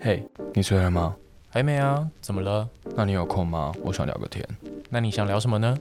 嘿，你睡了吗？ 还没啊，怎么了？ 那你有空吗？我想聊个天。 那你想聊什么呢？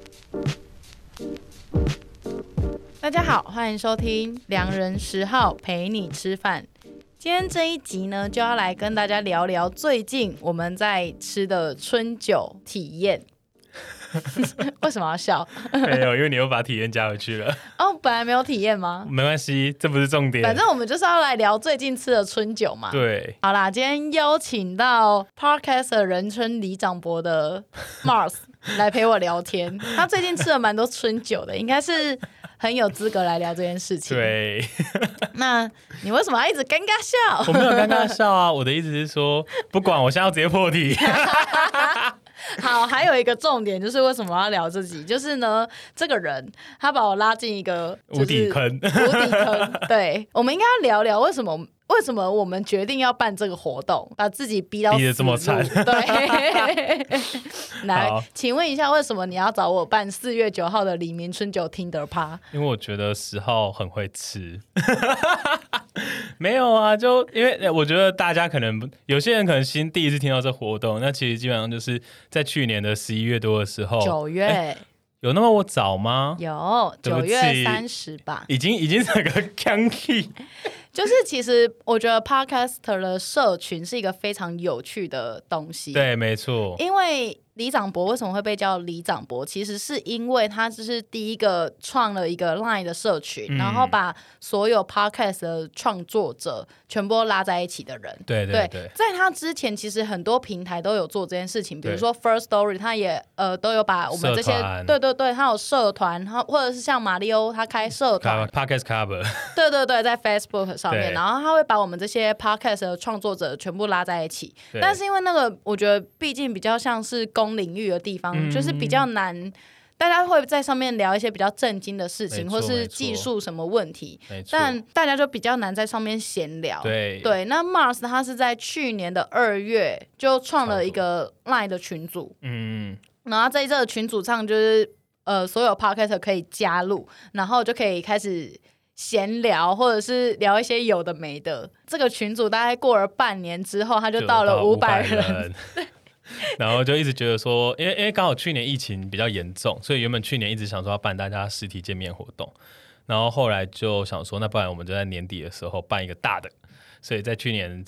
大家好，欢迎收听良人10号陪你吃饭。今天这一集呢，就要来跟大家聊聊最近我们在吃的春酒体验。为什么要笑？ 没有，因为你又把体验加回去了。 哦，本来没有体验吗？ 没关系，这不是重点。 反正我们就是要来聊最近吃的春酒嘛。 对， 好啦，今天邀请到 Podcaster 人称李长博的 Mars 来陪我聊天。他最近吃了蛮多春酒的，应该是很有资格来聊这件事情。 对。 那你为什么要一直尴尬笑？ 我没有尴尬笑啊，我的意思是说，不管，我现在要直接破题。 好，还有一个重点就是为什么要聊这集，就是呢，这个人他把我拉进一个、 无底坑。 无底坑。对，我们应该要聊聊为什么我们决定要办这个活动，把自己逼到死路， 逼得这么惨。 对。来，请问一下，为什么你要找我办4月9号的黎明春酒 Tinder 趴？ 因为我觉得10号很会吃。没有啊，就因为我觉得大家可能有些人可能第一次听到这活动，那其实基本上就是在去年的11月多的时候 ，9月。 有那么早吗？ 有9月30吧， 已经整个 kanky。 就是其实我觉得 Podcaster 的社群是一个非常有趣的东西。 对，没错。 因为李长博为什么会被叫李长博，其实是因为他就是第一个创了一个 LINE 的社群，然后把所有 Podcast 的创作者全部都拉在一起的人。 对， 在他之前其实很多平台都有做这件事情，比如说 First Story 他也都有把我们这些，对，他有社团，或者是像马里欧他开社团 Podcast Cover。 对，在 Facebook 上面，然后他会把我们这些 Podcast 的创作者全部拉在一起。但是因为那个我觉得毕竟比较像是公领域的地方，就是比较难，大家会在上面聊一些比较正经的事情，或是技术什么问题，但大家就比较难在上面闲聊。对，那 Mars 他是在去年的2月就创了一个 LINE 的群组，然后在这个群组上就是所有 Podcaster 可以加入，然后就可以开始闲聊，或者是聊一些有的没的。这个群组大概过了半年之后，他就到了500人。 然后就一直觉得说，因为刚好去年疫情比较严重，所以原本去年一直想说要办大家实体见面活动，然后后来就想说，那不然我们就在年底的时候办一个大的。所以在去年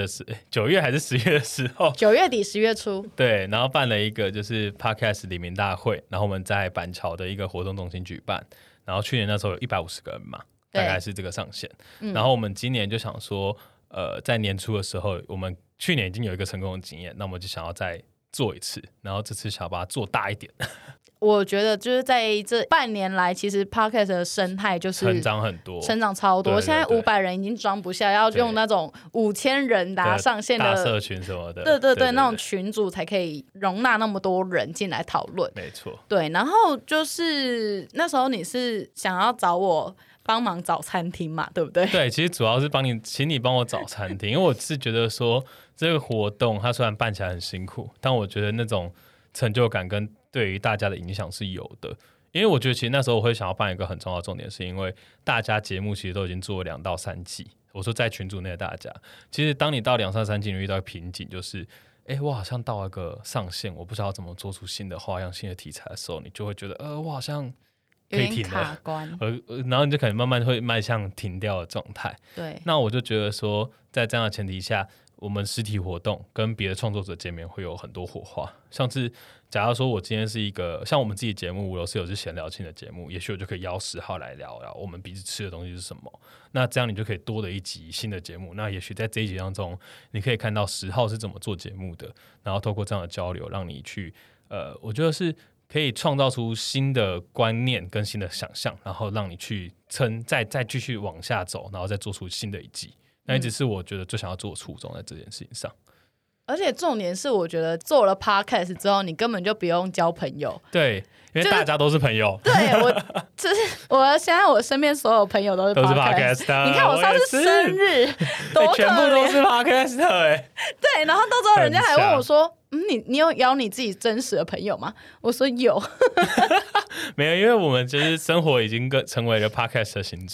9月还是10月的时候 ，9月底10月初， 对，然后办了一个就是 Podcast 黎明大会，然后我们在板桥的一个活动中心举办，然后去年那时候有150个人嘛，大概是这个上限。然后我们今年就想说，在年初的时候，我们去年已经有一个成功的经验，那我们就想要再做一次，然后这次想要把它做大一点。 我觉得就是在这半年来，其实 Podcast 的生态就是成长很多， 成长超多。现在500人已经装不下，要用那种5000人上线的大社群什么的， 对，那种群组才可以容纳那么多人进来讨论。 没错， 对。然后就是那时候你是想要找我帮忙找餐厅嘛，对不对？ 对，其实主要是请你帮我找餐厅，因为我是觉得说这个活动它虽然办起来很辛苦，但我觉得那种成就感跟对于大家的影响是有的。因为我觉得其实那时候我会想要办一个很重要的重点，是因为大家节目其实都已经做了2到3季。我说在群组内的大家，其实当你到2到3季，你遇到瓶颈，就是我好像到了个上限，我不知道怎么做出新的花样、新的题材的时候，你就会觉得我好像可以停了， 卡关， 然后你就可能慢慢会迈向停掉的状态。 对， 那我就觉得说，在这样的前提下，我们实体活动跟别的创作者见面会有很多火花。像是假如说我今天是一个像我们自己节目5楼是有是闲聊性的节目，也许我就可以邀10号来聊聊我们彼此吃的东西是什么。那这样你就可以多了一集新的节目。那也许在这一集当中，你可以看到10号是怎么做节目的，然后透过这样的交流，让你去我觉得是可以创造出新的观念跟新的想象，然后让你去再继续往下走，然后再做出新的一季。那一直是我觉得最想要做的初衷在这件事情上。 而且重点是，我觉得做了 podcast 之后，你根本就不用交朋友。 对，因为大家都是朋友。 对，我现在我身边所有朋友都是 podcast。你看我上次生日，多可怜， 全部都是 podcast。 对，然后到时候人家还问我说：“你有邀你自己真实的朋友吗？”我说有。 没有，因为我们就是生活已经成为了 podcast 的形状。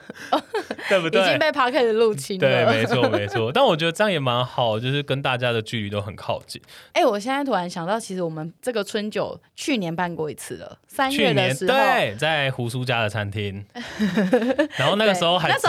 对不对？ 已经被 Podcast 入侵了。 对，没错没错。但我觉得这样也蛮好，就是跟大家的距离都很靠近。 我现在突然想到，其实我们这个春酒去年办过一次了，3月的时候， 对，在胡叔家的餐厅，然后那个时候还只有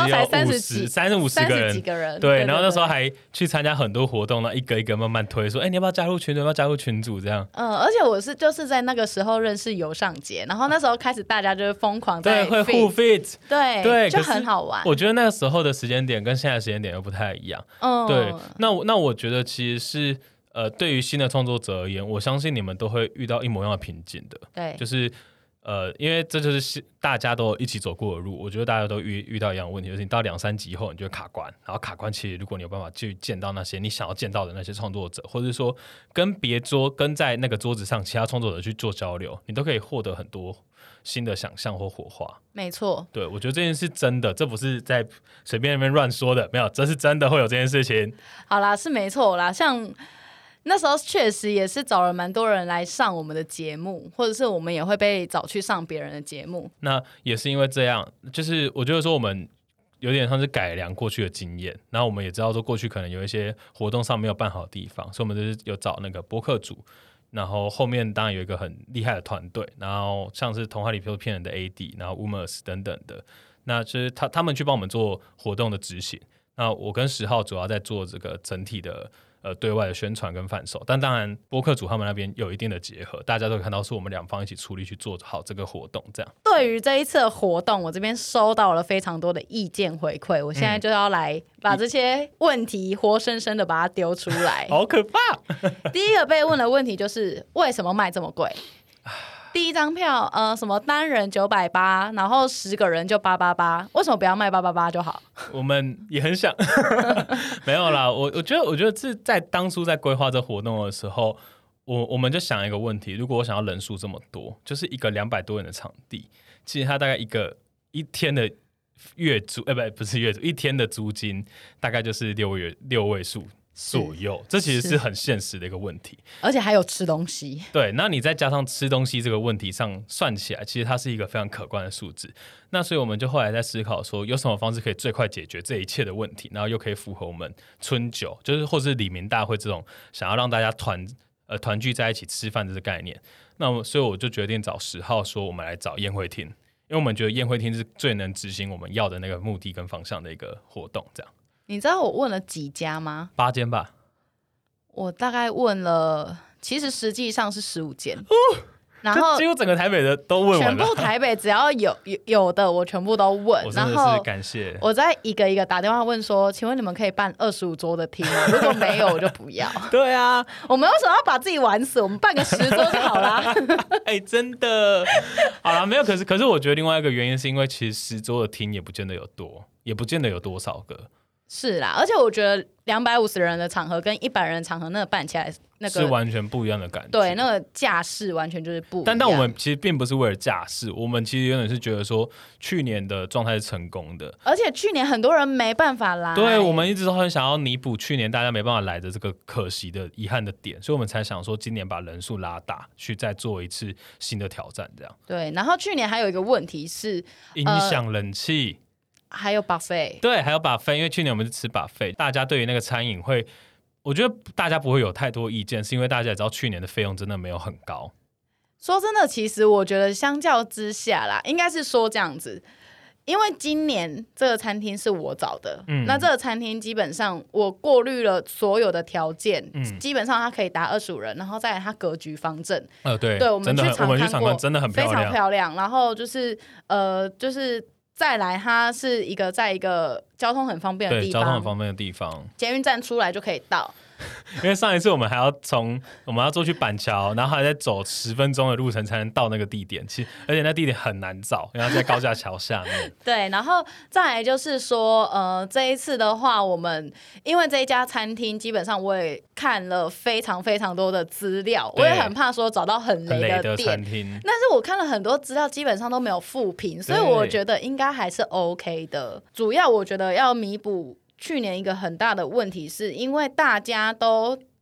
30-50个人，对，然后那时候还去参加很多活动，然后一个一个慢慢推，说，你要不要加入群组？要不要加入群组？这样。 而且我就是在那个时候认识尤尚杰，然后那时候开始大家就是疯狂在对，会互 fit， 对，就很好玩。 我觉得那个时候的时间点跟现在的时间点又不太一样。对，那我觉得其实是对于新的创作者而言，我相信你们都会遇到一模一样的瓶颈的。 对， 就是因为这就是大家都一起走过的路，我觉得大家都遇到一样的问题，就是你到2-3集后你就会卡关，然后卡关其实如果你有办法去见到那些你想要见到的那些创作者，或者说跟在那个桌子上其他创作者去做交流，你都可以获得很多新的想象或火花。 没错， 对，我觉得这件事真的，这不是在随便那边乱说的，没有，这是真的会有这件事情。 好啦，是没错啦，像那时候确实也是找了蛮多人来上我们的节目，或者是我们也会被找去上别人的节目。 那也是因为这样，就是我觉得说我们有点像是改良过去的经验，然后我们也知道说过去可能有一些活动上没有办好的地方，所以我们就是有找那个播客组，然后后面当然有一个很厉害的团队，然后像是童话里骗人的 AD， 然后 Umers 等等的，那就是他们去帮我们做活动的执行。那我跟10号主要在做这个整体的对外的宣传跟贩售，但当然播客组他们那边有一定的结合，大家都看到是我们2方一起出力去做好这个活动。这样， 对于这一次的活动，我这边收到了非常多的意见回馈，我现在就要来把这些问题活生生的把它丢出来。 好可怕！ 第一个被问的问题就是为什么卖这么贵？第一张票，什么单人980，然后10个人就888，为什么不要卖888就好？ 我们也很想，没有啦。我觉得是在当初在规划这活动的时候，我们就想一个问题：如果我想要人数这么多，就是一个200多人的场地，其实它大概一天的月租，不是月租，一天的租金大概就是6位数左右，这其实是很现实的一个问题， 而且还有吃东西。 对，那你再加上吃东西这个问题上算起来，其实它是一个非常可观的数字。那所以我们就后来在思考说，有什么方式可以最快解决这一切的问题，然后又可以符合我们春酒，就是或是李明大会这种想要让大家团聚在一起吃饭的这个概念。那所以我就决定找10号说，我们来找宴会厅，因为我们觉得宴会厅是最能执行我们要的那个目的跟方向的一个活动。这样。 你知道我问了几家吗 ？8间吧。 我大概问了，其实实际上是15间。然后几乎整个台北的都问完了， 全部台北只要有的我全部都问。 我真的是感谢。 我再一个一个打电话问说，请问你们可以办25桌的厅吗？如果没有我就不要。 对啊， 我们为什么要把自己玩死？我们办个10桌就好啦。 真的。好啦，没有。可是我觉得另外一个原因是因为其实10桌的厅也不见得有多，也不见得有多少个。 是啦，而且我觉得250人的场合跟100人的场合那个办起来那个是完全不一样的感觉。 对，那个架势完全就是不一样。 但我们其实并不是为了架势，我们其实有点是觉得说去年的状态是成功的， 而且去年很多人没办法来。 对，我们一直都很想要弥补去年大家没办法来的这个可惜的遗憾的点，所以我们才想说今年把人数拉大，去再做一次新的挑战。这样。 对，然后去年还有一个问题是音响、冷气。 还有 buffet， 对，还有 buffet， 因为去年我们是吃 buffet， 大家对于那个餐饮会，我觉得大家不会有太多意见，是因为大家也知道去年的费用真的没有很高。 说真的，其实我觉得相较之下啦，应该是说这样子，因为今年这个餐厅是我找的，那这个餐厅基本上我过滤了所有的条件，基本上它可以达25人，然后再来它格局方正， 对， 我们去场看过， 真的很漂亮， 非常漂亮。然后就是再来，它是在一个交通很方便的地方， 对，交通很方便的地方， 捷运站出来就可以到。 因为上一次我们要坐去板桥，然后还在走10分钟的路程才能到那个地点，其实而且那地点很难找，因为它在高架桥下面。 对，然后再来就是说，这一次的话，我们因为这一家餐厅，基本上我也看了非常非常多的资料，我也很怕说找到很雷的店， 餐厅。 但是我看了很多资料，基本上都没有负评，所以我觉得应该还是 OK 的。主要我觉得要弥补去年一个很大的问题，是因为大家都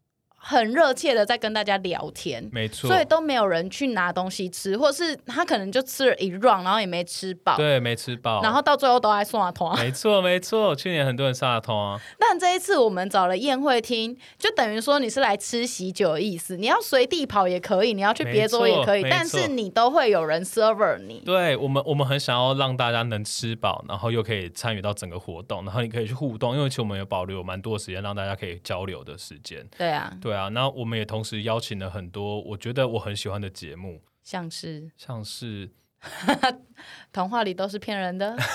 很热切的在跟大家聊天， 没错， 所以都没有人去拿东西吃，或是他可能就吃了一 round， 然后也没吃饱， 对，没吃饱， 然后到最后都在刷通。 没错没错，去年很多人刷通啊。 但这一次我们找了宴会厅，就等于说你是来吃喜酒的意思，你要随地跑也可以，你要去别桌也可以，但是你都会有人 server 你。 对，我们很想要让大家能吃饱，然后又可以参与到整个活动，然后你可以去互动，因为其实我们有保留蛮多的时间让大家可以交流的时间。 对啊， 对啊，那我们也同时邀请了很多我觉得我很喜欢的节目， 像是童话里都是骗人的。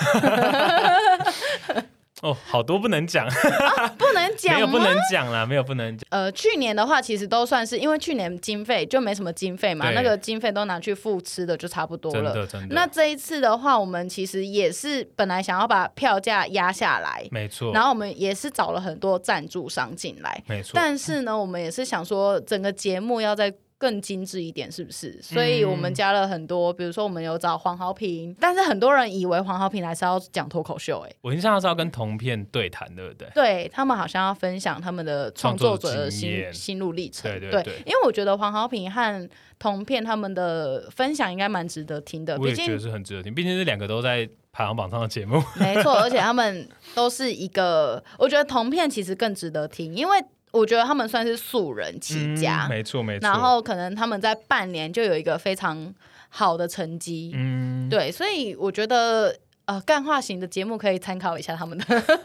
哦，好多不能讲， 不能讲吗？ 没有不能讲啦，没有不能讲。 去年的话，其实都算是因为去年经费就没什么经费嘛，那个经费都拿去付吃的就差不多了。 真的。 那这一次的话，我们其实也是本来想要把票价压下来， 没错。 然后我们也是找了很多赞助商进来， 没错。 但是呢，我们也是想说，整个节目要在更精致一点，是不是？所以我们加了很多，比如说我们有找黄豪平，但是很多人以为黄豪平来是要讲脱口秀， 我印象是要跟同片对谈，对不对？ 对，他们好像要分享他们的创作者的心路历程， 对， 因为我觉得黄豪平和同片他们的分享应该蛮值得听的， 我也觉得是很值得听，毕竟是两个都在排行榜上的节目， 没错，而且他们都是一个，我觉得同片其实更值得听，因为我觉得他们算是素人起家， 没错。 然后可能他们在半年就有一个非常好的成绩，对，所以我觉得干话型的节目可以参考一下他们的。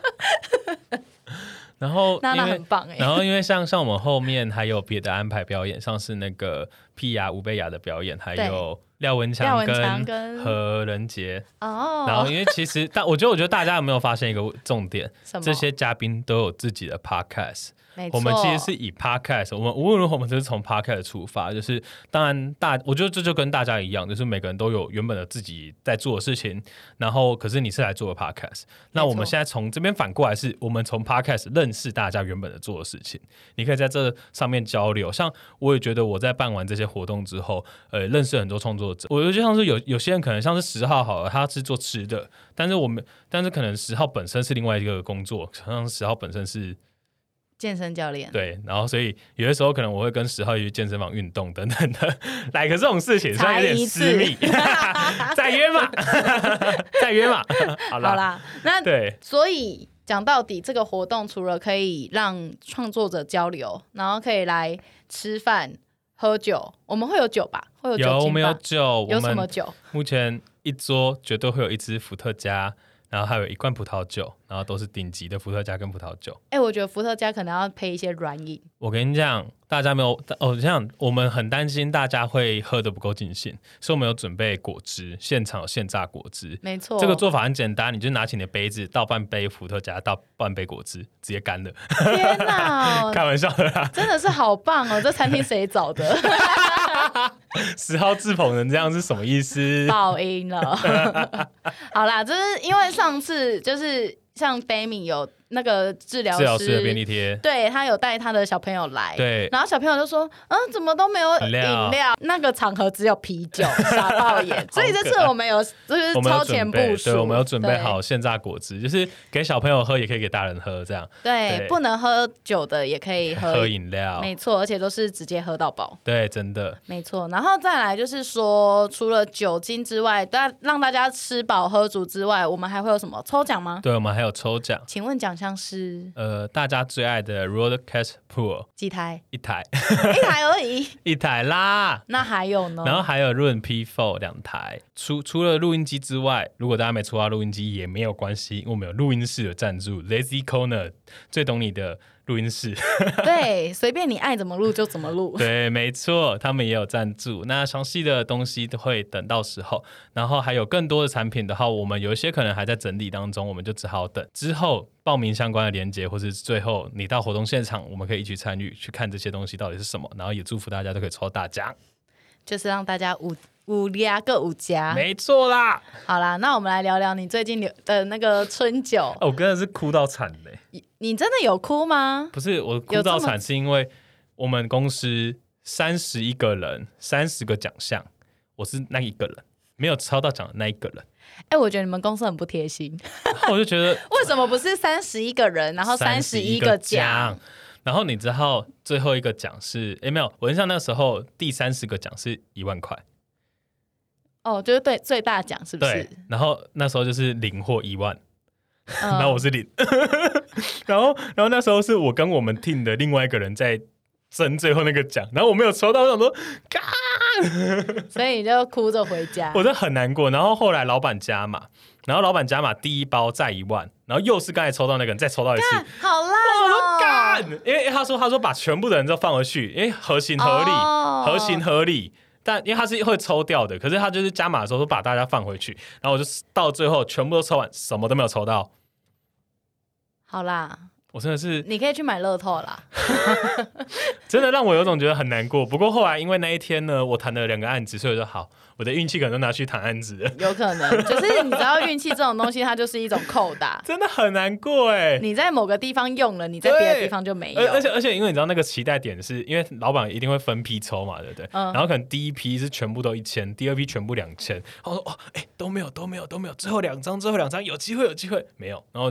然后那很棒哎。 然后因为像我们后面还有别的安排表演，像是那个屁雅吴贝雅的表演，还有廖文强跟何仁杰哦。然后因为其实我觉得大家有没有发现一个重点？这些嘉宾都有自己的 podcast。我们其实是以 podcast， 我们无论如何我们都是从 podcast 出发，就是当然我觉得这就跟大家一样，就是每个人都有原本的自己在做的事情，然后可是你是来做的 podcast， 那我们现在从这边反过来是我们从 podcast 认识大家原本的做的事情，你可以在这上面交流。像我也觉得我在办完这些活动之后，认识很多创作者，我觉得像是有些人可能像是10号好了，他是做吃的，但是可能10号本身是另外一个工作，像10号本身是健身教练， 对，然后所以有的时候可能我会跟10号一起去健身房运动等等的，来个这种事情虽然有点私密，再约嘛，再约嘛，好啦， 那对，所以讲到底，这个活动除了可以让创作者交流，然后可以来吃饭喝酒，我们会有酒吧？会有酒精吧？ 我们有酒， 有什么酒？ 目前一桌绝对会有一支伏特加。然后还有1罐葡萄酒，然后都是顶级的伏特加跟葡萄酒。 我觉得伏特加可能要配一些软饮。 我跟你讲，大家没有这样，我们很担心大家会喝得不够尽兴，所以我们有准备果汁，现场有现榨果汁。 没错， 这个做法很简单，你就拿起你的杯子，倒半杯伏特加，倒半杯果汁，直接干了。 天哪， 开玩笑的啦， 真的是好棒哦！这餐厅谁找的 ？10号自捧人这样是什么意思？ 爆音了。好啦，就是因为上次就是像 Dami 有那个治疗师的便利贴， 对，他有带他的小朋友来， 对， 然后小朋友就说怎么都没有饮料，那个场合只有啤酒，傻爆眼。所以这次我们有就是超前部署， 对，我们有准备好现榨果汁，就是给小朋友喝，也可以给大人喝，这样。 对，不能喝酒的也可以喝饮料， 没错，而且都是直接喝到饱。 对，真的没错。然后再来就是说，除了酒精之外，让大家吃饱喝足之外，我们还会有什么抽奖吗？ 对，我们还有抽奖。 请问奖项是大家最爱的 Roadcast Pool 几台？ 一台， 一台而已， 一台啦。 那还有呢？ 然后还有润 P4 2台。除了录音机之外，如果大家没抽到录音机也没有关系，因为我们有录音室的赞助 ，Lazy Corner 最懂你的录音室。 对，随便你爱怎么录就怎么录。 对，没错，他们也有赞助。那详细的东西都会等到时候，然后还有更多的产品的话，我们有一些可能还在整理当中，我们就只好等之后报名相关的连结，或是最后你到活动现场，我们可以一起参与去看这些东西到底是什么，然后也祝福大家都可以抽大奖， 就是让大家五家各5家， 没错啦。 好啦，那我们来聊聊你最近的那个春酒。 我真的是哭到惨的。 你真的有哭吗？ 不是，我哭到惨是因为我们公司31个人，30个奖项，我是那一个人，没有抽到奖的那一个人。 我觉得你们公司很不贴心。 我就觉得为什么不是31个人，然后31个奖？ 然后你知道最后一个奖是没有，我印象那时候第30个奖是1万块。 哦，就是对最大奖是不是？ 对，然后那时候就是0或1万。然后我是0，然后那时候是我跟我们 team 的另外一个人在争最后那个奖，然后我没有抽到，我想说， 所以你就哭着回家， 我真的很难过。然后后来老板加码，然后老板加码第一包再1万，然后又是刚才抽到那个人再抽到一次， 好烂哦！ 干，因为他说把全部的人都放回去，因为合情合理，合情合理。但因为他是会抽掉的，可是他就是加码的时候说把大家放回去，然后我就到最后全部都抽完，什么都没有抽到。 好啦， 我真的是， 你可以去买乐透啦。 真的让我有种觉得很难过。不过后来因为那一天呢，我谈了2个案子，所以我就好，我的运气可能都拿去谈案子了。 有可能，就是你知道运气这种东西，它就是一种扣打， 真的很难过哎。 你在某个地方用了，你在别的地方就没有。 而且因为你知道那个期待点是因为老板一定会分批抽嘛，对不对？然后可能第一批是全部都1000，第二批全部2000。然后说哦，都没有，最后2张有机会，没有。然后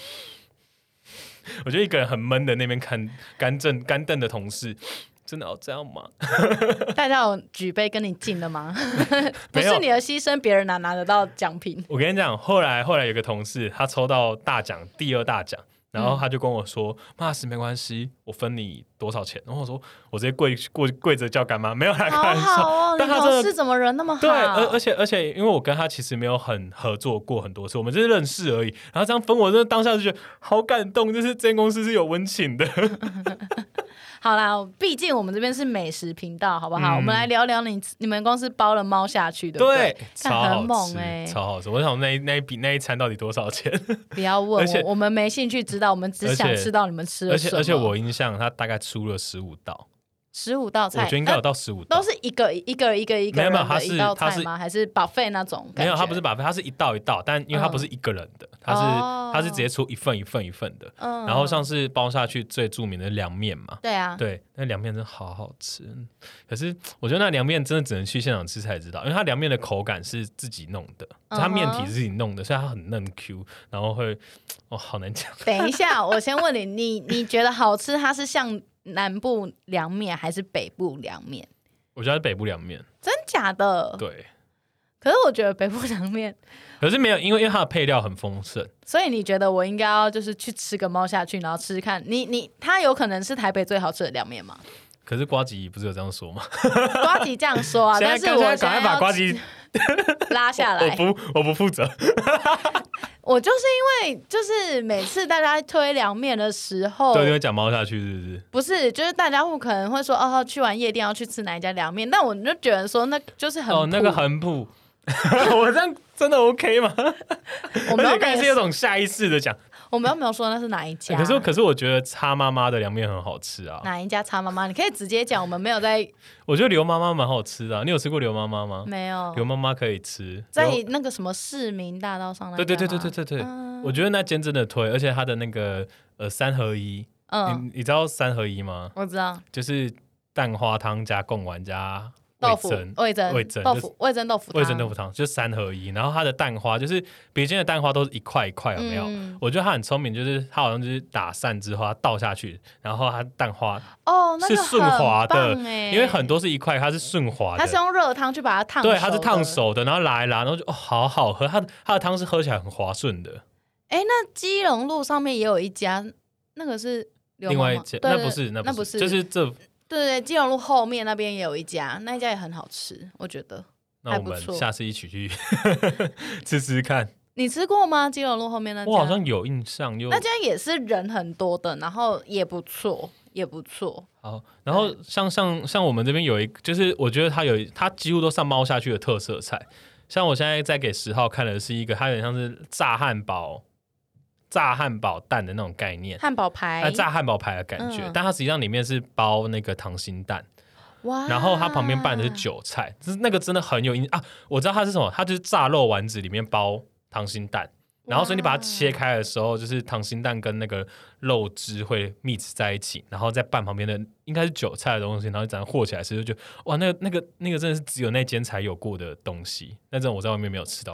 我就一个人很闷的那边看干瞪的同事，真的要这样吗？ 大家有举杯跟你敬的吗？不是你的牺牲，别人哪拿得到奖品？ 我跟你讲，后来有个同事他抽到大奖，第2大奖。然后他就跟我说：“Mars 没关系，我分你多少钱？”然后我说：“我直接跪着叫干妈，没有来开玩笑。” 好哦， 但他你同事怎么人那么好？ 对，而且，因为我跟他其实没有很合作过很多次，我们就是认识而已。然后这样分我，真的当下就觉得好感动，就是这间公司是有温情的。 好啦，毕竟我们这边是美食频道，好不好？我们来聊聊你们公司包了猫下去，对不对？ 超好吃， 很猛超好吃。我想那一餐到底多少钱？ 不要问我们没兴趣知道，我们只想吃到你们吃了什么。 而且我印象他大概出了15道。 15道菜， 我觉得应该有到15道， 都是一个人的一道菜吗？还是 buffet 那种感觉？ 没有，它不是 buffet， 它是一道一道，但因为它不是一个人的，它是直接出一份的。然后像是包下去最著名的凉面嘛， 对啊， 对，那凉面真的好好吃。可是我觉得那凉面真的只能去现场吃才知道，因为它凉面的口感是自己弄的，它面体是自己弄的，所以它很嫩 Q， 然后会好难讲。 等一下，我先问你觉得好吃？它是像南部凉面还是北部凉面？ 我觉得是北部凉面。 真假的？ 对。 可是我觉得北部凉面， 可是没有，因为它的配料很丰盛， 所以你觉得我应该要就是去吃个猫下去，然后吃吃看。它有可能是台北最好吃的凉面吗？ 可是呱吉不是有这样说吗？ 呱吉这样说啊，但是我赶快把呱吉拉下来。 我不负责。 我就是因为就是每次大家推凉面的时候， 对，就会讲猫下去，是不是？ 不是，就是大家可能会说哦，去完夜店要去吃哪一家凉面，但我就觉得说那就是很那个很普。我这样真的 OK 吗？ 我们刚才是有种下意识的讲， 我们又没有说那是哪一家。 可是我觉得叉妈妈的凉面很好吃啊。 哪一家叉妈妈？你可以直接讲，我们没有在。 我觉得刘妈妈蛮好吃的啊，你有吃过刘妈妈吗？ 没有。 刘妈妈可以吃， 在那个什么市民大道上那家。 对，我觉得那间真的推，而且它的那个3合1，你知道3合1吗？ 我知道， 就是蛋花汤加贡丸加豆腐、味噌豆腐、味噌豆腐汤，就3合1。然后它的蛋花就是别间的蛋花都是一块一块，有没有？我觉得它很聪明，就是它好像就是打散之后它倒下去，然后它蛋花是顺滑的，因为很多是一块，它是顺滑的。 它是用热汤去把它烫熟， 对，它是烫熟的，然后拉一拉，然后就好好喝。它的汤是喝起来很滑顺的。 那基隆路上面也有一家，那个是另外一家，那不是，就是这。 对，基隆路后面那边也有一家，那一家也很好吃，我觉得还不错。 那我们下次一起去吃吃看。 你吃过吗？基隆路后面那家？ 我好像有印象， 那家也是人很多的，然后也不错。 好，然后像我们这边有一个，就是我觉得它几乎都上猫下去的特色菜。像我现在在给10号看的是一个，它有点像是炸汉堡蛋的那种概念， 汉堡排， 炸汉堡排的感觉，但它实际上里面是包那个溏心蛋， 哇！ 然后它旁边拌的是韭菜，那个真的很有啊！我知道它是什么，它就是炸肉丸子里面包溏心蛋，然后所以你把它切开的时候，就是溏心蛋跟那个肉汁会 mix 在一起，然后再拌旁边的应该是韭菜的东西，然后这样和起来吃，就觉得哇，那个真的是只有那间才有过的东西，那真的我在外面没有吃到过。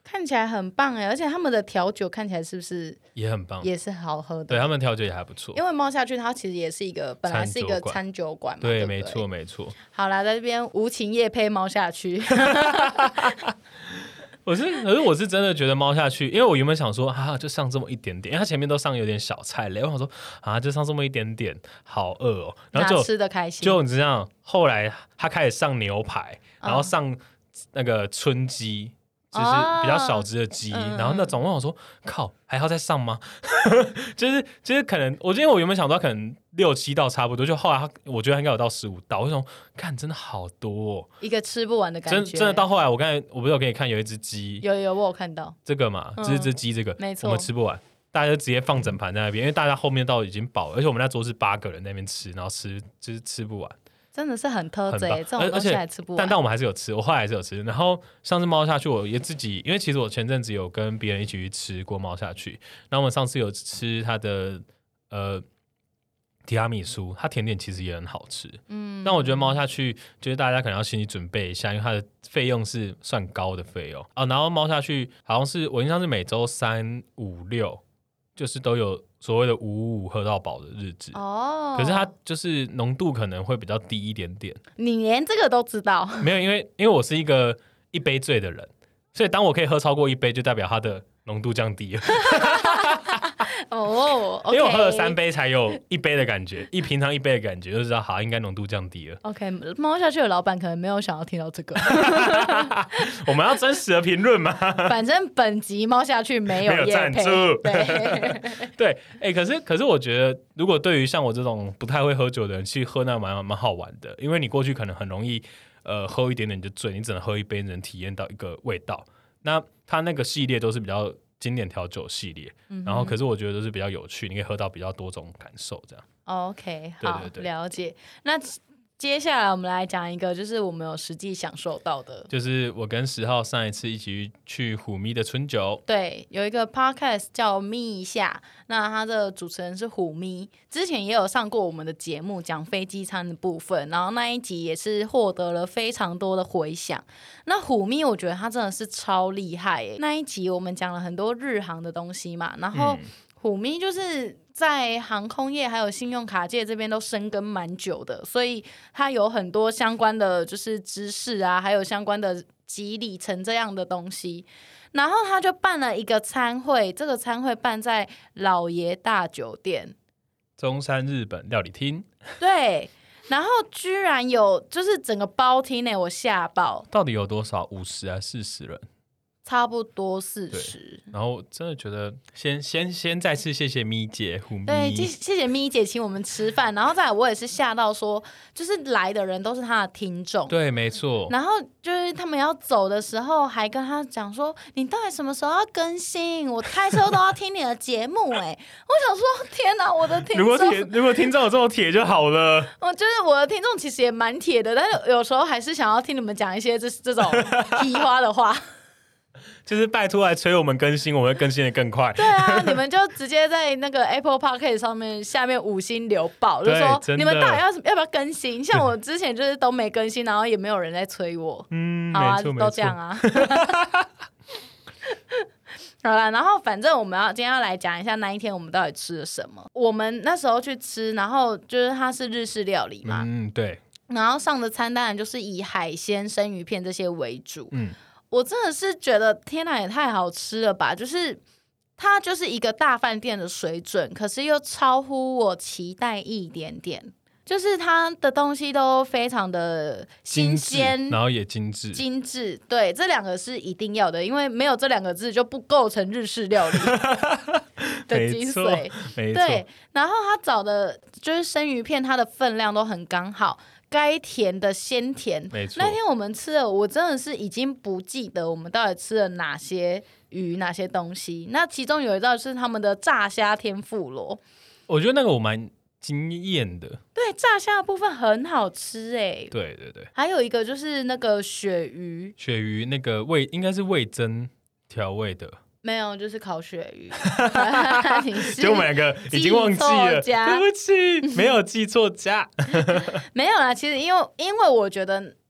看起来很棒哎，而且他们的调酒看起来是不是也很棒， 也是好喝的？ 对，他们调酒也还不错。 因为猫下去它其实也是一个本来是一个餐酒馆嘛，对， 没错没错。 好啦，在这边无情业配猫下去。 可是我是真的觉得猫下去，因为我原本想说就上这么一点点，因为它前面都上有点小菜类，我想说就上这么一点点，好饿哦，然后就吃的开心。 就你知道，后来它开始上牛排，然后上那个春鸡。就是比较小只的鸡，然后那种我想说，靠，还要再上吗？就是可能，因为我原本想到可能6、7道差不多，就后来我觉得应该有到15道，我想看真的好多哦， 一个吃不完的感觉。 真的到后来，我不是有给你看有一只鸡， 有我有看到这个嘛，这鸡这个， 没错， 我们吃不完，大家就直接放整盘在那边，因为大家后面到已经饱了，而且我们那桌是8个人在那边吃，然后就是吃不完。 真的是很特贼，这种东西还吃不完。 但我们还是有吃，我后来还是有吃。然后上次猫下去，我也自己，因为其实我前阵子有跟别人一起去吃过猫下去。然后我们上次有吃它的提拉米苏，它甜点其实也很好吃。但我觉得猫下去，就是大家可能要心理准备一下，因为它的费用是算高的费用然后猫下去好像是我印象是每周3、5、6，就是都有所谓的555喝到饱的日子可是它就是浓度可能会比较低一点点。 你连这个都知道？ 没有，因为我是一个一杯醉的人，所以当我可以喝超过1杯，就代表它的浓度降低了。因为我喝了3杯才有1杯的感觉，平常1杯的感觉就知道好，应该浓度降低了。 OK， 猫下去的老板可能没有想要听到这个。 我们要真实的评论嘛。 反正本集猫下去没有赞助。 对， 可是我觉得，如果对于像我这种不太会喝酒的人，去喝那蛮好玩的，因为你过去可能很容易喝一点点就醉，你只能喝1杯，能体验到一个味道。那它那个系列都是比较经典调酒系列，然后可是我觉得都是比较有趣，你可以喝到比较多种感受这样。 OK， 好， 对， 了解。那接下来我们来讲一个，就是我们有实际享受到的， 就是我跟10号上一次一起去虎咪的春酒。 对，有一个 podcast 叫咪一下，那他的主持人是虎咪，之前也有上过我们的节目讲飞机餐的部分，然后那一集也是获得了非常多的回响。那虎咪我觉得他真的是超厉害耶，那一集我们讲了很多日航的东西嘛，然后虎咪就是在航空业还有信用卡界这边都深耕蛮久的，所以他有很多相关的就是知识啊，还有相关的集里程这样的东西。然后他就办了一个餐会，这个餐会办在老爷大酒店中山日本料理厅。 对，然后居然有就是整个包厅我吓爆。 到底有多少？50还是40人？ 差不多40。 然后真的觉得先再次谢谢咪姐虎咪， 对，谢谢咪姐请我们吃饭，然后再来我也是吓到说，就是来的人都是他的听众， 对，没错。 然后就是他们要走的时候，还跟他讲说，你到底什么时候要更新？我开车都要听你的节目我想说，天哪，我的听众如果听众有这么铁就好了。 我觉得我的听众其实也蛮铁的，但是有时候还是想要听你们讲一些这种屁话的话。 就是拜托来催我们更新，我们会更新的更快。 对啊，你们就直接在那个 Apple Podcast 上面下面5星留爆，就说你们到底要不要更新？像我之前就是都没更新，然后也没有人在催我。好啊，都这样啊。好啦，然后反正我们今天要来讲一下那一天我们到底吃了什么。我们那时候去吃，然后就是它是日式料理嘛， 对。 然后上的餐当然就是以海鲜、生鱼片这些为主。我真的是觉得天哪，也太好吃了吧！就是它就是一个大饭店的水准，可是又超乎我期待一点点。就是它的东西都非常的新鲜， 然后也精致。对，这2个是一定要的，因为没有这2个字就不构成日式料理的精髓。对，然后它找的就是生鱼片，它的分量都很刚好。该甜的鲜甜， 没错。 那天我们吃了，我真的是已经不记得我们到底吃了哪些鱼、哪些东西。那其中有一道是他们的炸虾天妇罗， 我觉得那个我蛮惊艳的。 对，炸虾的部分很好吃对。 还有一个就是那个鳕鱼， 那个应该是味噌调味的。 没有，就是烤鳕鱼。 就我们2个已经忘记了，对不起，没有记错家。 没有啦，其实因为我觉得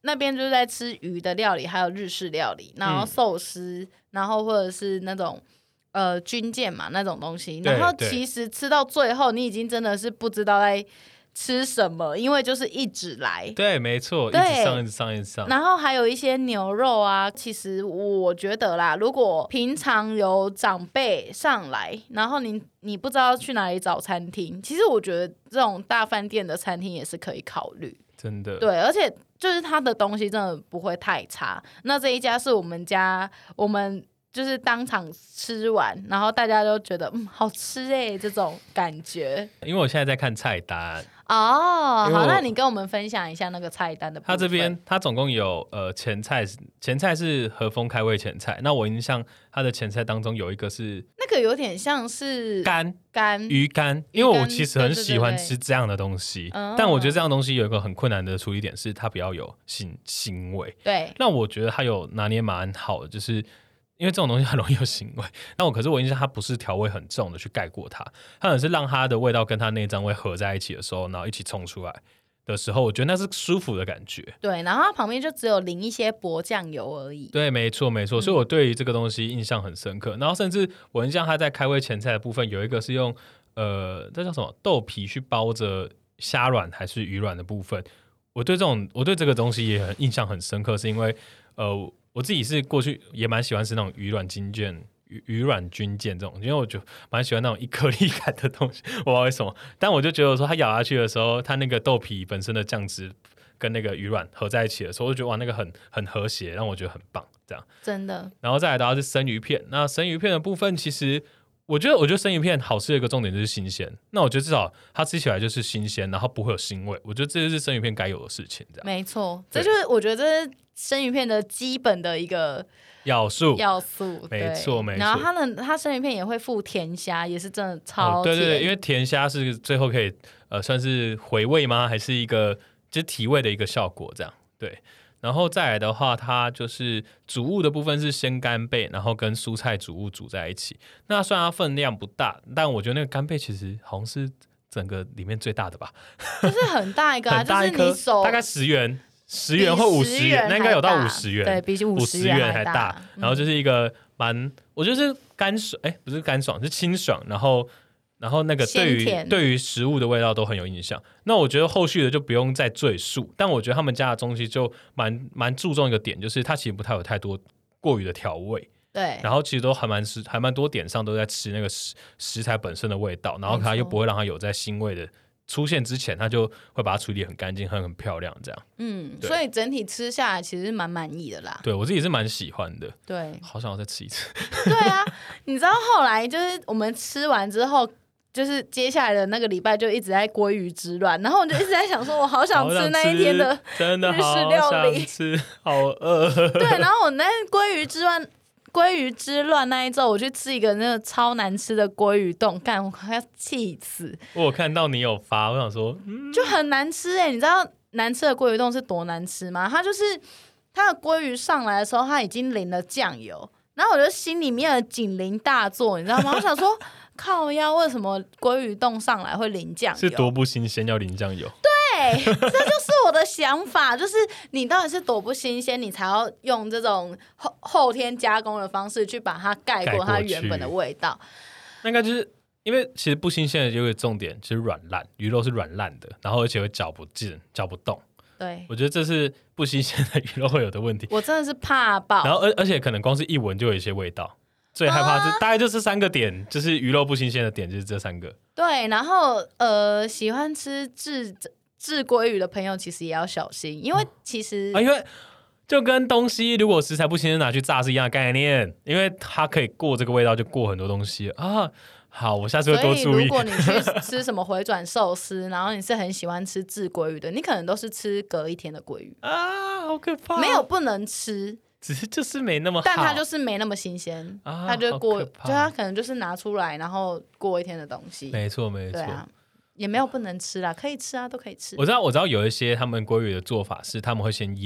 那边就是在吃鱼的料理，还有日式料理，然后寿司，然后或者是那种军舰嘛那种东西，然后其实吃到最后，你已经真的是不知道在吃什么，因为就是一直来。 对，没错，一直上，一直上，一直上。 然后还有一些牛肉啊，其实我觉得啦，如果平常有长辈上来，然后你不知道去哪里找餐厅，其实我觉得这种大饭店的餐厅也是可以考虑。 真的。 对，而且就是它的东西真的不会太差。那这一家是我们就是当场吃完，然后大家都觉得好吃这种感觉。 因为我现在在看菜单好，那你跟我们分享一下那个菜单的部分。 它这边它总共有前菜是和风开胃前菜，那我印象它的前菜当中有一个是那个有点像是鱼干，因为我其实很喜欢吃这样的东西，但我觉得这样的东西有一个很困难的处理点是它不要有腥味。 对， 那我觉得它有拿捏蛮好的，就是因为这种东西很容易有腥味，可是我印象它不是调味很重的去盖过它，它可能是让它的味道跟它内脏味合在一起的时候，然后一起冲出来的时候，我觉得那是舒服的感觉。 对，然后它旁边就只有淋一些薄酱油而已。 对，没错没错，所以我对于这个东西印象很深刻。然后甚至我印象它在开胃前菜的部分有一个是用这叫什么豆皮去包着虾软还是鱼软的部分，我对这个东西也很印象很深刻，是因为我自己是过去也蛮喜欢吃那种鱼软军舰这种，因为我就蛮喜欢那种一颗粒感的东西，我不知道为什么。但我就觉得说它咬下去的时候，它那个豆皮本身的酱汁跟那个鱼软合在一起的时候，我就觉得哇，那个很和谐，让我觉得很棒，这样真的。 然后再来的话是生鱼片，那生鱼片的部分其实。我觉得生鱼片好吃的一个重点就是新鲜，那我觉得至少它吃起来就是新鲜，然后不会有腥味，我觉得这就是生鱼片该有的事情。这样没错，这就是我觉得这是生鱼片的基本的一个要素， 没错没错。 然后它生鱼片也会附甜虾，也是真的超甜。 对，因为甜虾是最后可以算是回味吗？还是一个就是提味的一个效果这样。对。然后再来的话，它就是主物的部分是鲜干贝，然后跟蔬菜主物煮在一起。那虽然它分量不大，但我觉得那个干贝其实好像是整个里面最大的吧， 就是很大一个， 很大一颗， 就是你手大概10元或50元，那应该有到50元， 对，比 50元还大。然后就是一个我觉得是干爽，不是干爽，是清爽，然后那个对于食物的味道都很有印象。那我觉得后续的就不用再赘述，但我觉得他们家的东西就蛮注重一个点，就是它其实不太有太多过于的调味。 对， 然后其实都还蛮多点上都在吃那个食材本身的味道，然后它又不会让它有在腥味的出现之前，它就会把它处理很干净，很漂亮这样。 所以整体吃下来其实蛮满意的啦。 对，我自己是蛮喜欢的。 对， 好想要再吃一次。 对啊，你知道后来就是我们吃完之后。就是接下来的那个礼拜就一直在鲑鱼之乱，然后我就一直在想说，我好想吃那一天的日式料理， 吃好饿。 对，然后我那鲑鱼之乱那一周，我去吃一个那个超难吃的鲑鱼冻，干我快要气死。 我有看到你有发，我想说， 就很难吃你知道难吃的鲑鱼冻是多难吃吗？它就是它的鲑鱼上来的时候，它已经淋了酱油，然后我就心里面的警铃大作，你知道吗？我想说。靠腰，为什么鲑鱼冻上来会淋酱油？ 是多不新鲜要淋酱油？ 对，这就是我的想法，就是你到底是多不新鲜，你才要用这种后天加工的方式去把它盖过它原本的味道。 那应该就是因为其实不新鲜的有一个重点，就是软烂，鱼肉是软烂的，然后而且会搅不进、搅不动。 对， 我觉得这是不新鲜的鱼肉会有的问题。 我真的是怕爆。 然后而且可能光是一闻就有一些味道。最害怕大概就是3个点，就是鱼肉不新鲜的点，就是这3个。 对，然后喜欢吃炙鲑鱼的朋友其实也要小心，因为其实因为就跟东西如果食材不新鲜拿去炸是一样的概念，因为它可以过这个味道就过很多东西啊。好，我下次会多注意。 所以如果你去吃什么回转寿司，然后你是很喜欢吃炙鲑鱼的，你可能都是吃隔一天的鲑鱼啊，好可怕！ 没有不能吃。 只是就是没那么好， 但它就是没那么新鲜，它就过，就它可能就是拿出来，然后过一天的东西。 没错， 对啊，也没有不能吃啦，可以吃啊，都可以吃。 我知道有一些他们鲑鱼的做法是他们会先腌，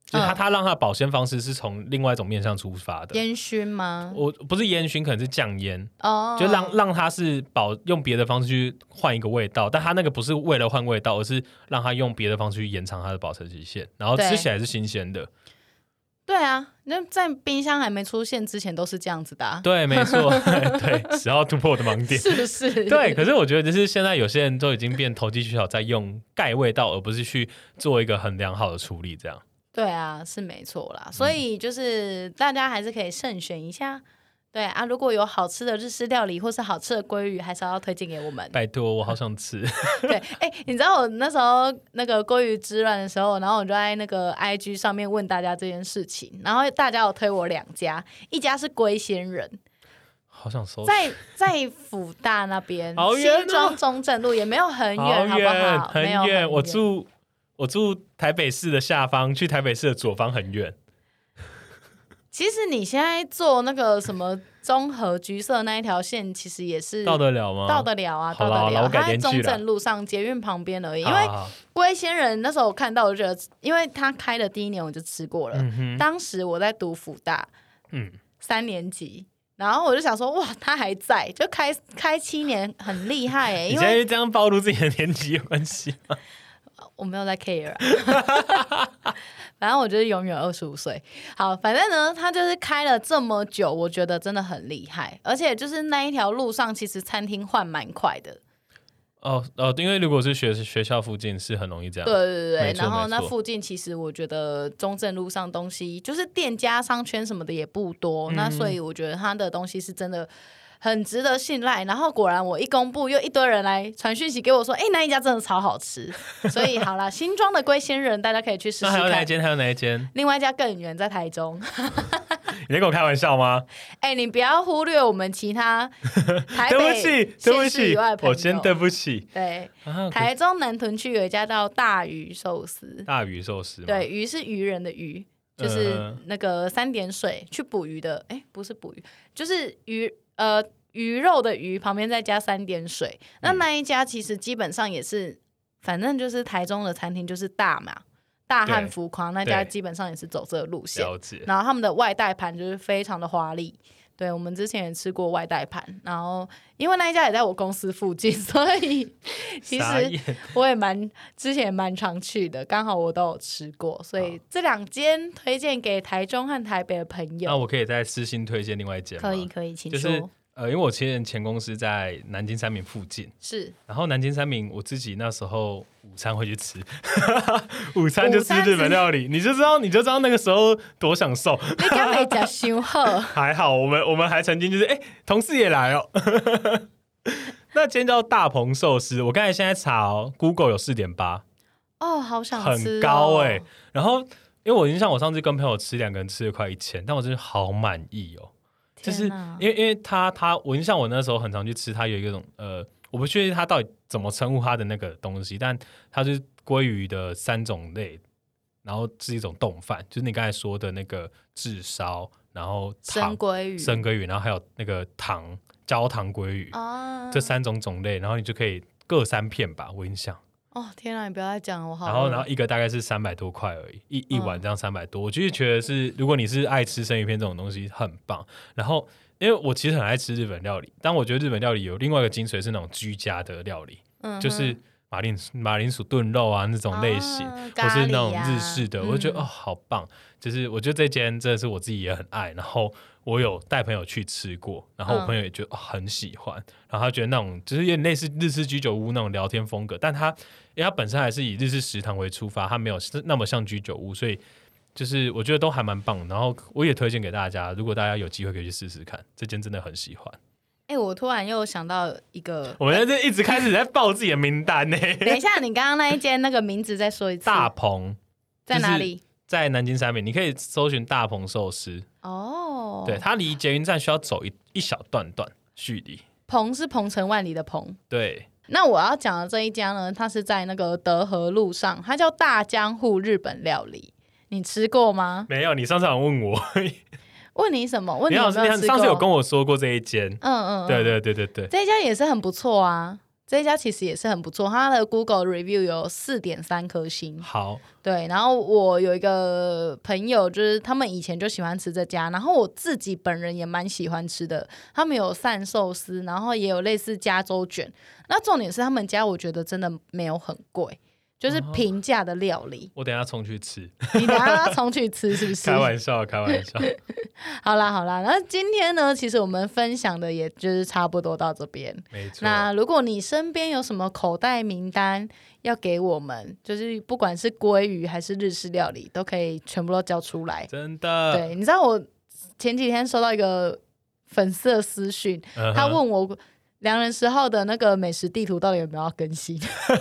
就是他让他的保鲜方式是从另外一种面向出发的。 烟熏吗？ 我不是烟熏，可能是酱烟哦， 就让他是用别的方式去换一个味道，但他那个不是为了换味道，而是让他用别的方式去延长它的保存期限，然后吃起来是新鲜的。 对啊，那在冰箱还没出现之前都是这样子的啊。 对，没错，对，只要突破我的盲点， 是不是？ 对，可是我觉得就是现在有些人都已经变投机取巧，在用盖味道，而不是去做一个很良好的处理，这样。 对啊，是没错啦，所以就是大家还是可以慎选一下。对啊，如果有好吃的日式料理或是好吃的鲑鱼，还是要推荐给我们。 拜托，我好想吃。 对，你知道我那时候那个鲑鱼之乱的时候，然后我就在那个 IG 上面问大家这件事情，然后大家有推我2家，一家是龟仙人， 好想收， 在辅大那边， 好远哦， 新庄中正路也没有很远，好不好？ 很远，我住台北市的下方，去台北市的左方很远。 其实你现在坐那个什么中和橘色那一条线，其实也是到得了吗？ 到得了啊， 到得了。 它在中正路上捷运旁边而已。因为龟仙人那时候我看到，我觉得，因为他开的第1年我就吃过了。当时我在读辅大，3年级。然后我就想说，哇，他还在，就开7年，很厉害耶。 你现在这样暴露自己的年纪有关系吗？ 我没有在 care 啊。反正我就是永远25岁。好，反正呢，他就是开了这么久，我觉得真的很厉害。而且就是那一条路上，其实餐厅换蛮快的。 因为如果是学校附近是很容易这样。 对，然后那附近其实我觉得中正路上东西就是店家商圈什么的也不多，那所以我觉得他的东西是真的很值得信赖。然后果然我一公布，又一堆人来传讯息给我说，那一家真的超好吃。所以好啦，新庄的龟仙人大家可以去试试看。 那还有哪一间？ 另外一家更远，在台中。 你在跟我开玩笑吗？ 你不要忽略我们其他台北对不起， 我先对不起。 对，台中南屯区有一家叫大鱼寿司。 大鱼寿司， 对，鱼是渔人的鱼，就是那个3点水去捕鱼的。不是捕鱼，就是鱼肉的鱼旁边再加3点水。那一家其实基本上也是，反正就是台中的餐厅就是大嘛。大汉浮夸那家基本上也是走这个路线，然后他们的外带盘就是非常的华丽。对，我们之前也吃过外带盘，然后因为那一家也在我公司附近，所以其实我也之前也蛮常去的，刚好我都有吃过，所以这2间推荐给台中和台北的朋友。 那我可以再私信推荐另外一间吗？ 可以，请说。 就是因为我前公司在南京三民附近， 是， 然后南京三民我自己那时候午餐会去吃，午餐就吃日本料理，你就知道那个时候多享受。 你刚没讲修好， 还好我们还曾经就是同事也来哦。那间叫大鹏寿司，我刚才现在查Google 有4.8， 好想吃， 很高然后因为我印象我上次跟朋友吃，2个人吃了快1000，但我真的好满意哦。就是因为我印象我那时候很常去吃，它有一种我不确定它到底怎么称呼它的那个东西，但它是鲑鱼的3种类，然后是一种冻饭，就是你刚才说的那个炙烧，然后生鲑鱼，然后还有那个焦糖鲑鱼，这3种种类，然后你就可以各3片吧，我印象。 天啊，你不要再讲了，我好。 然后一个大概是300多块而已，一碗这样300多，我就是觉得是，如果你是爱吃生鱼片这种东西，很棒。然后，因为我其实很爱吃日本料理，但我觉得日本料理有另外一个精髓是那种居家的料理，就是马铃薯炖肉啊那种类型，或是那种日式的，我就觉得好棒。就是我觉得这间真的是我自己也很爱，然后我有带朋友去吃过，然后我朋友也觉得很喜欢，然后他觉得那种就是有点类似日式居酒屋那种聊天风格，但因为他本身还是以日式食堂为出发，他没有那么像居酒屋，所以就是我觉得都还蛮棒。然后我也推荐给大家，如果大家有机会可以去试试看，这间真的很喜欢。 我突然又想到一个， 我们一直开始在报自己的名单呢。 等一下，你刚刚那一间那个名字再说一次。 大鹏在哪里？ 在南京三民，你可以搜寻大鹏寿司。对，它离捷运站需要走一小段距离。 鹏是鹏程万里的鹏。 对。 那我要讲的这一家呢，它是在那个德和路上，它叫大江户日本料理。你吃过吗？ 没有，你上次好像问我。 问你什么？问你有没有吃过？ 上次有跟我说过这一间。 对， 这一家也是很不错啊。 这一家其实也是很不错，它的 Google Review 有4.3颗星。 好， 对，然后我有一个朋友，就是他们以前就喜欢吃这家，然后我自己本人也蛮喜欢吃的。他们有鳝寿司，然后也有类似加州卷。那重点是他们家我觉得真的没有很贵，就是平价的料理。 我等一下冲去吃。 你等一下要冲去吃是不是？ 开玩笑，开玩笑。 好啦好啦，那今天呢，其实我们分享的也就是差不多到这边。 没错。 那如果你身边有什么口袋名单要给我们，就是不管是鲑鱼还是日式料理，都可以全部都交出来。 真的。 对，你知道我前几天收到一个粉丝的私讯，他问我良人10号的那个美食地图到底有没有要更新？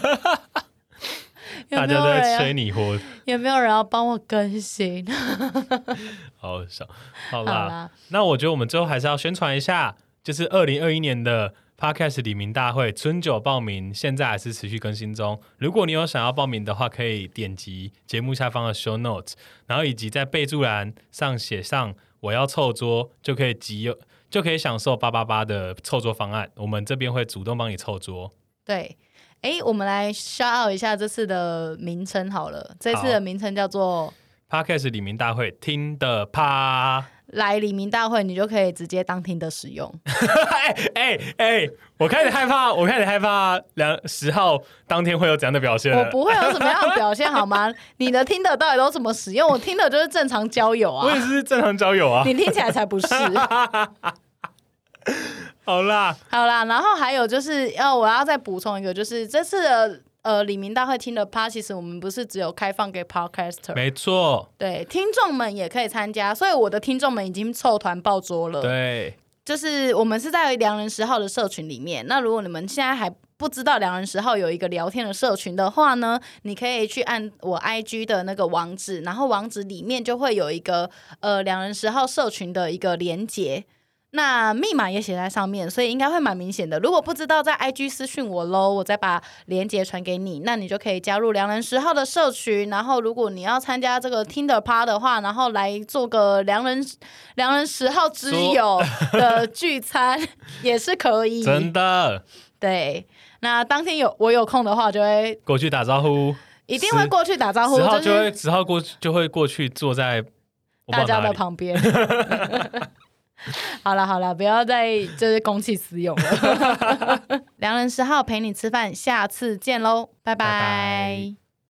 大家都在催你活， 有没有人要帮我更新？ 好笑。好啦，那我觉得我们最后还是要宣传一下，就是2021年的 Podcast 李明大会春酒报名，现在还是持续更新中。如果你有想要报名的话，可以点击节目下方的 Show Notes， 然后以及在备注栏上写上我要凑桌，就可以享受888的凑桌方案。我们这边会主动帮你凑桌。 对。我们来 shout out 一下这次的名称好了。这次的名称叫做 Podcast 李明大会听的趴。来李明大会，你就可以直接当听的使用。 我开始害怕10号当天会有怎样的表现了。 我不会有什么样的表现好吗？你的听的到底都怎么使用？我听的就是正常交友啊。 我也是正常交友啊。 你听起来才不是。 好啦， 然后还有就是我要再补充一个，就是这次的李明大会听的趴，其实我们不是只有开放给 podcaster， 没错， 对，听众们也可以参加，所以我的听众们已经凑团报桌了。 对， 就是我们是在良人10号的社群里面，那如果你们现在还不知道良人10号有一个聊天的社群的话呢，你可以去按我 IG 的那个网址，然后网址里面就会有一个良人10号社群的一个连结。那密码也写在上面，所以应该会蛮明显的。如果不知道，在 IG 私讯我咯，我再把连结传给你，那你就可以加入良人10号的社群。然后，如果你要参加这个 Tinder 趴的话，然后来做个良人10号之友的聚餐也是可以。 真的。 对，那当天我有空的话，就会过去打招呼， 一定会过去打招呼。 10号就会过去坐在大家的旁边。好了，不要再就是公器私用了。良人10号陪你吃饭，下次见喽，拜拜。